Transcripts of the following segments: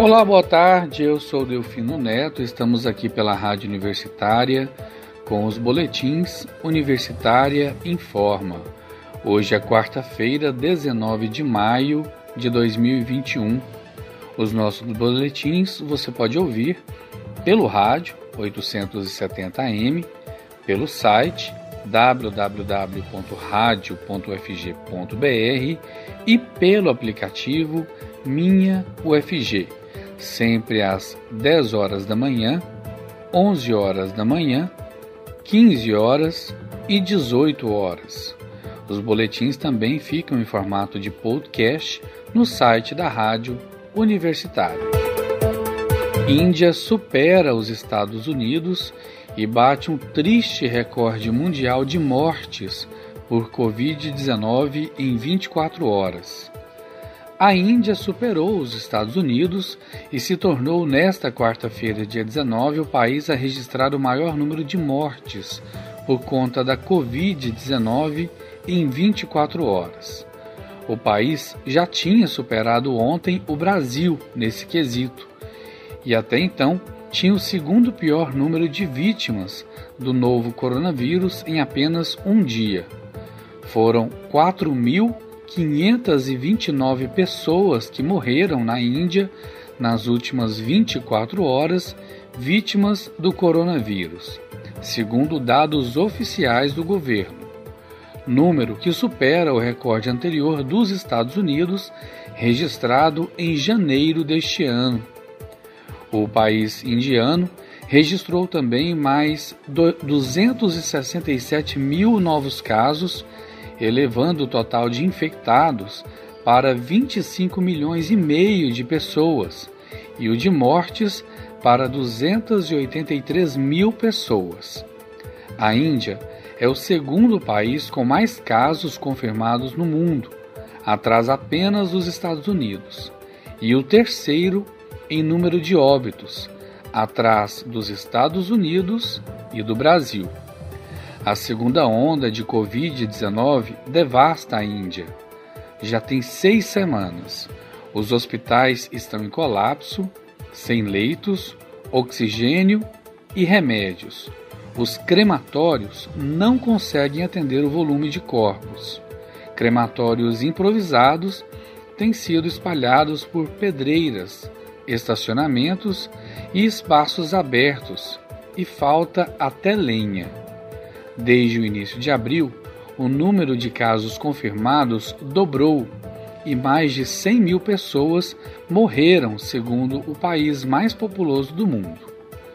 Olá, boa tarde, eu sou Delfino Neto, estamos aqui pela Rádio Universitária com os boletins Universitária Informa. Hoje é quarta-feira, 19 de maio de 2021. Os nossos boletins você pode ouvir pelo rádio 870am, pelo site www.radio.ufg.br e pelo aplicativo Minha UFG, sempre às 10 horas da manhã, 11 horas da manhã, 15 horas e 18 horas. Os boletins também ficam em formato de podcast no site da Rádio Universitária. Índia supera os Estados Unidos e bate um triste recorde mundial de mortes por Covid-19 em 24 horas. A Índia superou os Estados Unidos e se tornou nesta quarta-feira, dia 19, o país a registrar o maior número de mortes por conta da Covid-19 em 24 horas. O país já tinha superado ontem o Brasil nesse quesito e até então tinha o segundo pior número de vítimas do novo coronavírus em apenas um dia. Foram 4.529 pessoas que morreram na Índia nas últimas 24 horas vítimas do coronavírus, segundo dados oficiais do governo. Número que supera o recorde anterior dos Estados Unidos, registrado em janeiro deste ano. O país indiano registrou também mais 267 mil novos casos, elevando o total de infectados para 25 milhões e meio de pessoas e o de mortes para 283 mil pessoas. A Índia é o segundo país com mais casos confirmados no mundo, atrás apenas dos Estados Unidos, e o terceiro em número de óbitos, atrás dos Estados Unidos e do Brasil. A segunda onda de Covid-19 devasta a Índia. Já tem 6 semanas. Os hospitais estão em colapso, sem leitos, oxigênio e remédios. Os crematórios não conseguem atender o volume de corpos. Crematórios improvisados têm sido espalhados por pedreiras, estacionamentos e espaços abertos, e falta até lenha. Desde o início de abril, o número de casos confirmados dobrou e mais de 100 mil pessoas morreram, segundo o país mais populoso do mundo.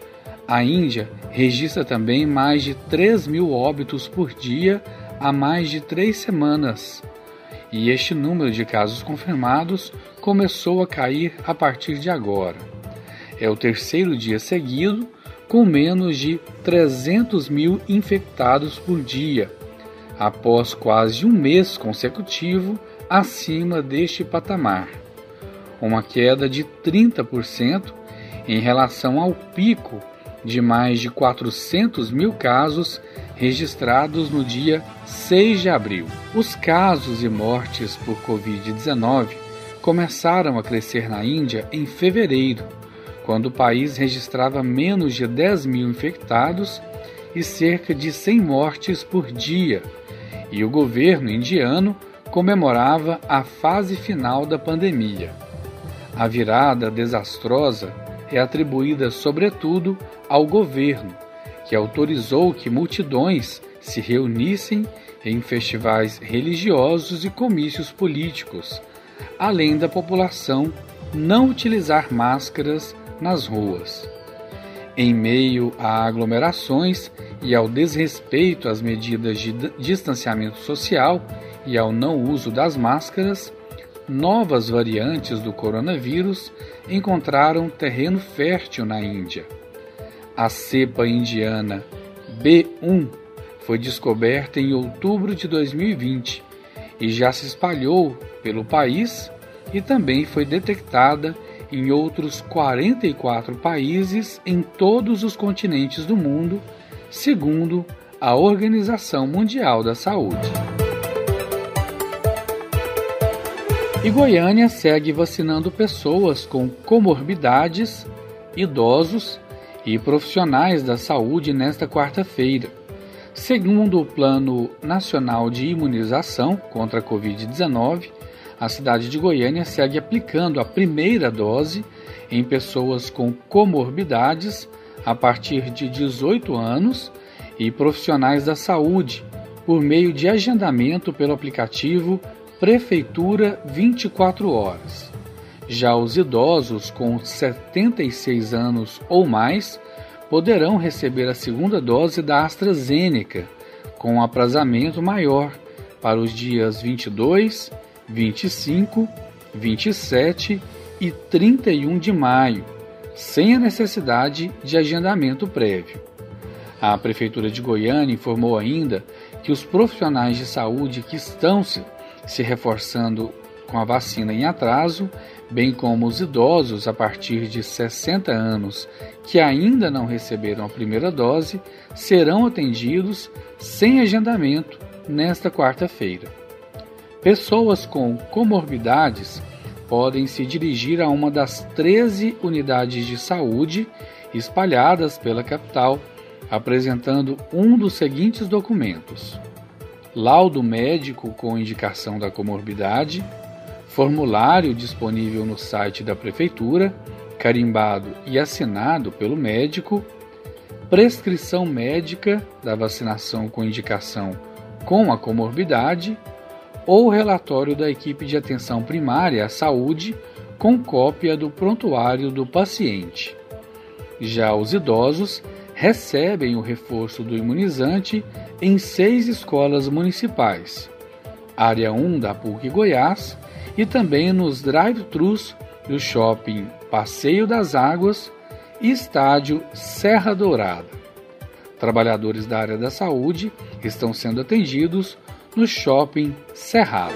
A Índia registra também mais de 3 mil óbitos por dia há mais de 3 semanas. E este número de casos confirmados começou a cair a partir de agora. É o terceiro dia seguido com menos de 300 mil infectados por dia, após quase um mês consecutivo acima deste patamar. Uma queda de 30% em relação ao pico de mais de 400 mil casos registrados no dia 6 de abril. Os casos e mortes por Covid-19 começaram a crescer na Índia em fevereiro, quando o país registrava menos de 10 mil infectados e cerca de 100 mortes por dia, e o governo indiano comemorava a fase final da pandemia. A virada desastrosa é atribuída sobretudo ao governo, que autorizou que multidões se reunissem em festivais religiosos e comícios políticos, além da população não utilizar máscaras nas ruas. Em meio a aglomerações e ao desrespeito às medidas de distanciamento social e ao não uso das máscaras, novas variantes do coronavírus encontraram terreno fértil na Índia. A cepa indiana B1 foi descoberta em outubro de 2020 e já se espalhou pelo país e também foi detectada em outros 44 países em todos os continentes do mundo, segundo a Organização Mundial da Saúde. E Goiânia segue vacinando pessoas com comorbidades, idosos e profissionais da saúde nesta quarta-feira. Segundo o Plano Nacional de Imunização contra a Covid-19, a cidade de Goiânia segue aplicando a primeira dose em pessoas com comorbidades a partir de 18 anos e profissionais da saúde, por meio de agendamento pelo aplicativo Prefeitura 24 horas. Já os idosos com 76 anos ou mais poderão receber a segunda dose da AstraZeneca, com um aprazamento maior para os dias 22, 25, 27 e 31 de maio, sem a necessidade de agendamento prévio. A Prefeitura de Goiânia informou ainda que os profissionais de saúde que estão se reforçando com a vacina em atraso, bem como os idosos a partir de 60 anos que ainda não receberam a primeira dose, serão atendidos sem agendamento nesta quarta-feira. Pessoas com comorbidades podem se dirigir a uma das 13 unidades de saúde espalhadas pela capital, apresentando um dos seguintes documentos: laudo médico com indicação da comorbidade, formulário disponível no site da Prefeitura, carimbado e assinado pelo médico, prescrição médica da vacinação com indicação com a comorbidade ou relatório da equipe de atenção primária à saúde com cópia do prontuário do paciente. Já os idosos recebem o reforço do imunizante em 6 escolas municipais, Área 1 da PUC Goiás e também nos drive-thrus do Shopping Passeio das Águas e Estádio Serra Dourada. Trabalhadores da área da saúde estão sendo atendidos no Shopping Cerrado.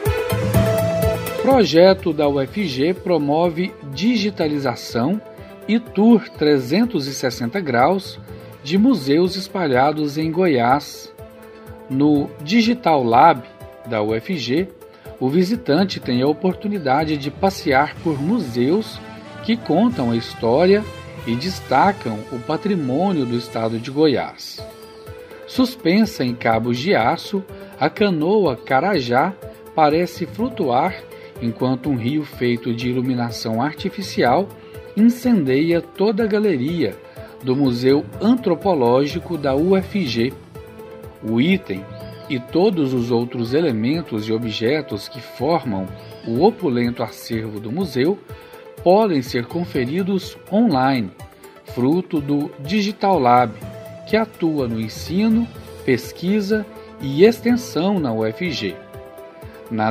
Projeto da UFG promove digitalização e tour 360 graus de museus espalhados em Goiás. No Digital Lab da UFG, o visitante tem a oportunidade de passear por museus que contam a história e destacam o patrimônio do estado de Goiás. Suspensa em cabos de aço, a canoa Carajá parece flutuar enquanto um rio feito de iluminação artificial incendeia toda a galeria do Museu Antropológico da UFG. O item e todos os outros elementos e objetos que formam o opulento acervo do museu podem ser conferidos online, fruto do Digital Lab, que atua no ensino, pesquisa e extensão na UFG. Na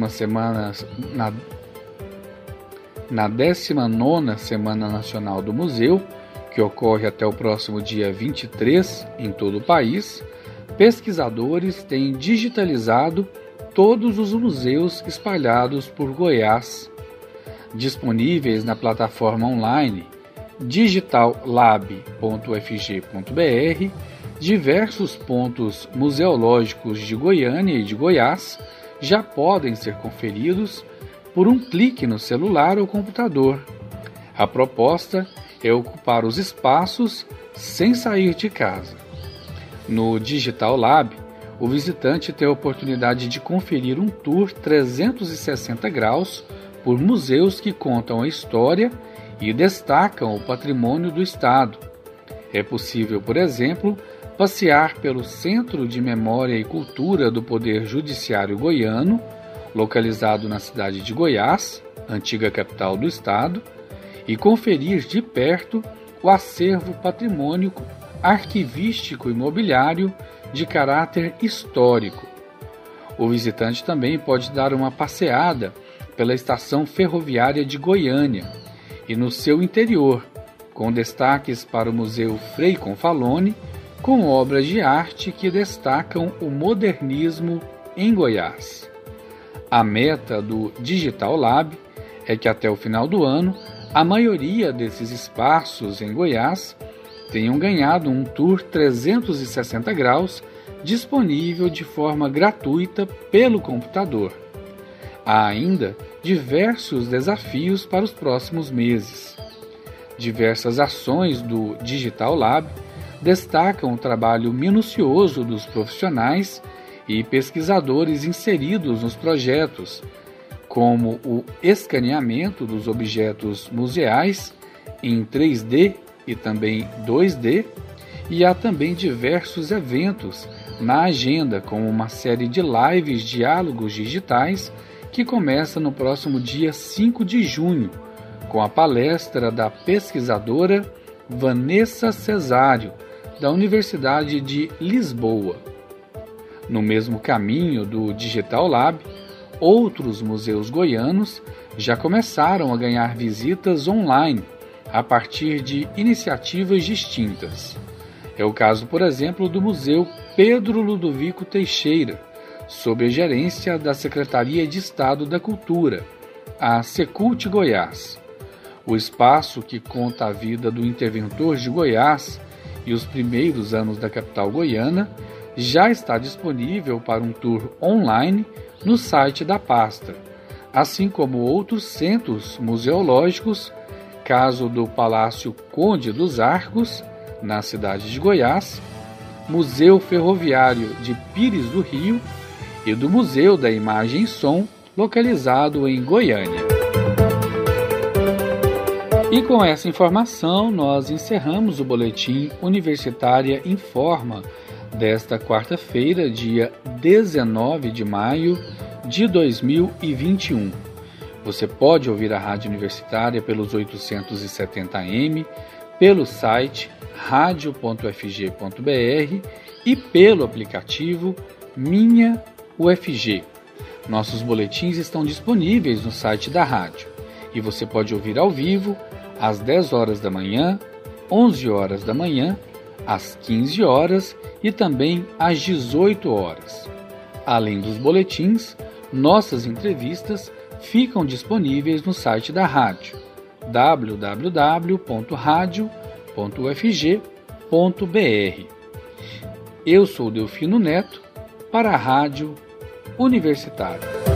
19ª Semana Nacional do Museu, que ocorre até o próximo dia 23 em todo o país, pesquisadores têm digitalizado todos os museus espalhados por Goiás. Disponíveis na plataforma online digitallab.ufg.br, diversos pontos museológicos de Goiânia e de Goiás já podem ser conferidos por um clique no celular ou computador. A proposta é ocupar os espaços sem sair de casa. No Digital Lab, o visitante tem a oportunidade de conferir um tour 360 graus por museus que contam a história e destacam o patrimônio do Estado. É possível, por exemplo, passear pelo Centro de Memória e Cultura do Poder Judiciário Goiano, localizado na cidade de Goiás, antiga capital do Estado, e conferir de perto o acervo patrimônico arquivístico e imobiliário de caráter histórico. O visitante também pode dar uma passeada pela estação ferroviária de Goiânia e no seu interior, com destaques para o Museu Frei Confalone, com obras de arte que destacam o modernismo em Goiás. A meta do Digital Lab é que até o final do ano, a maioria desses espaços em Goiás tenham ganhado um tour 360 graus disponível de forma gratuita pelo computador. Há ainda diversos desafios para os próximos meses. Diversas ações do Digital Lab destacam o trabalho minucioso dos profissionais e pesquisadores inseridos nos projetos, como o escaneamento dos objetos museais em 3D e também 2D, e há também diversos eventos na agenda, como uma série de lives diálogos digitais que começa no próximo dia 5 de junho, com a palestra da pesquisadora Vanessa Cesário, da Universidade de Lisboa. No mesmo caminho do Digital Lab, outros museus goianos já começaram a ganhar visitas online a partir de iniciativas distintas. É o caso, por exemplo, do Museu Pedro Ludovico Teixeira, sob a gerência da Secretaria de Estado da Cultura, a Secult Goiás. O espaço, que conta a vida do interventor de Goiás e os primeiros anos da capital goiana, já está disponível para um tour online no site da pasta, assim como outros centros museológicos, caso do Palácio Conde dos Arcos, na cidade de Goiás, Museu Ferroviário de Pires do Rio e do Museu da Imagem e Som, localizado em Goiânia. E com essa informação, nós encerramos o Boletim Universitária Informa desta quarta-feira, dia 19 de maio de 2021. Você pode ouvir a Rádio Universitária pelos 870m, pelo site radio.ufg.br e pelo aplicativo Minha UFG. Nossos boletins estão disponíveis no site da rádio e você pode ouvir ao vivo às 10 horas da manhã, 11 horas da manhã, às 15 horas e também às 18 horas. Além dos boletins, nossas entrevistas ficam disponíveis no site da rádio www.radio.ufg.br. Eu sou Delfino Neto para a Rádio Universitária.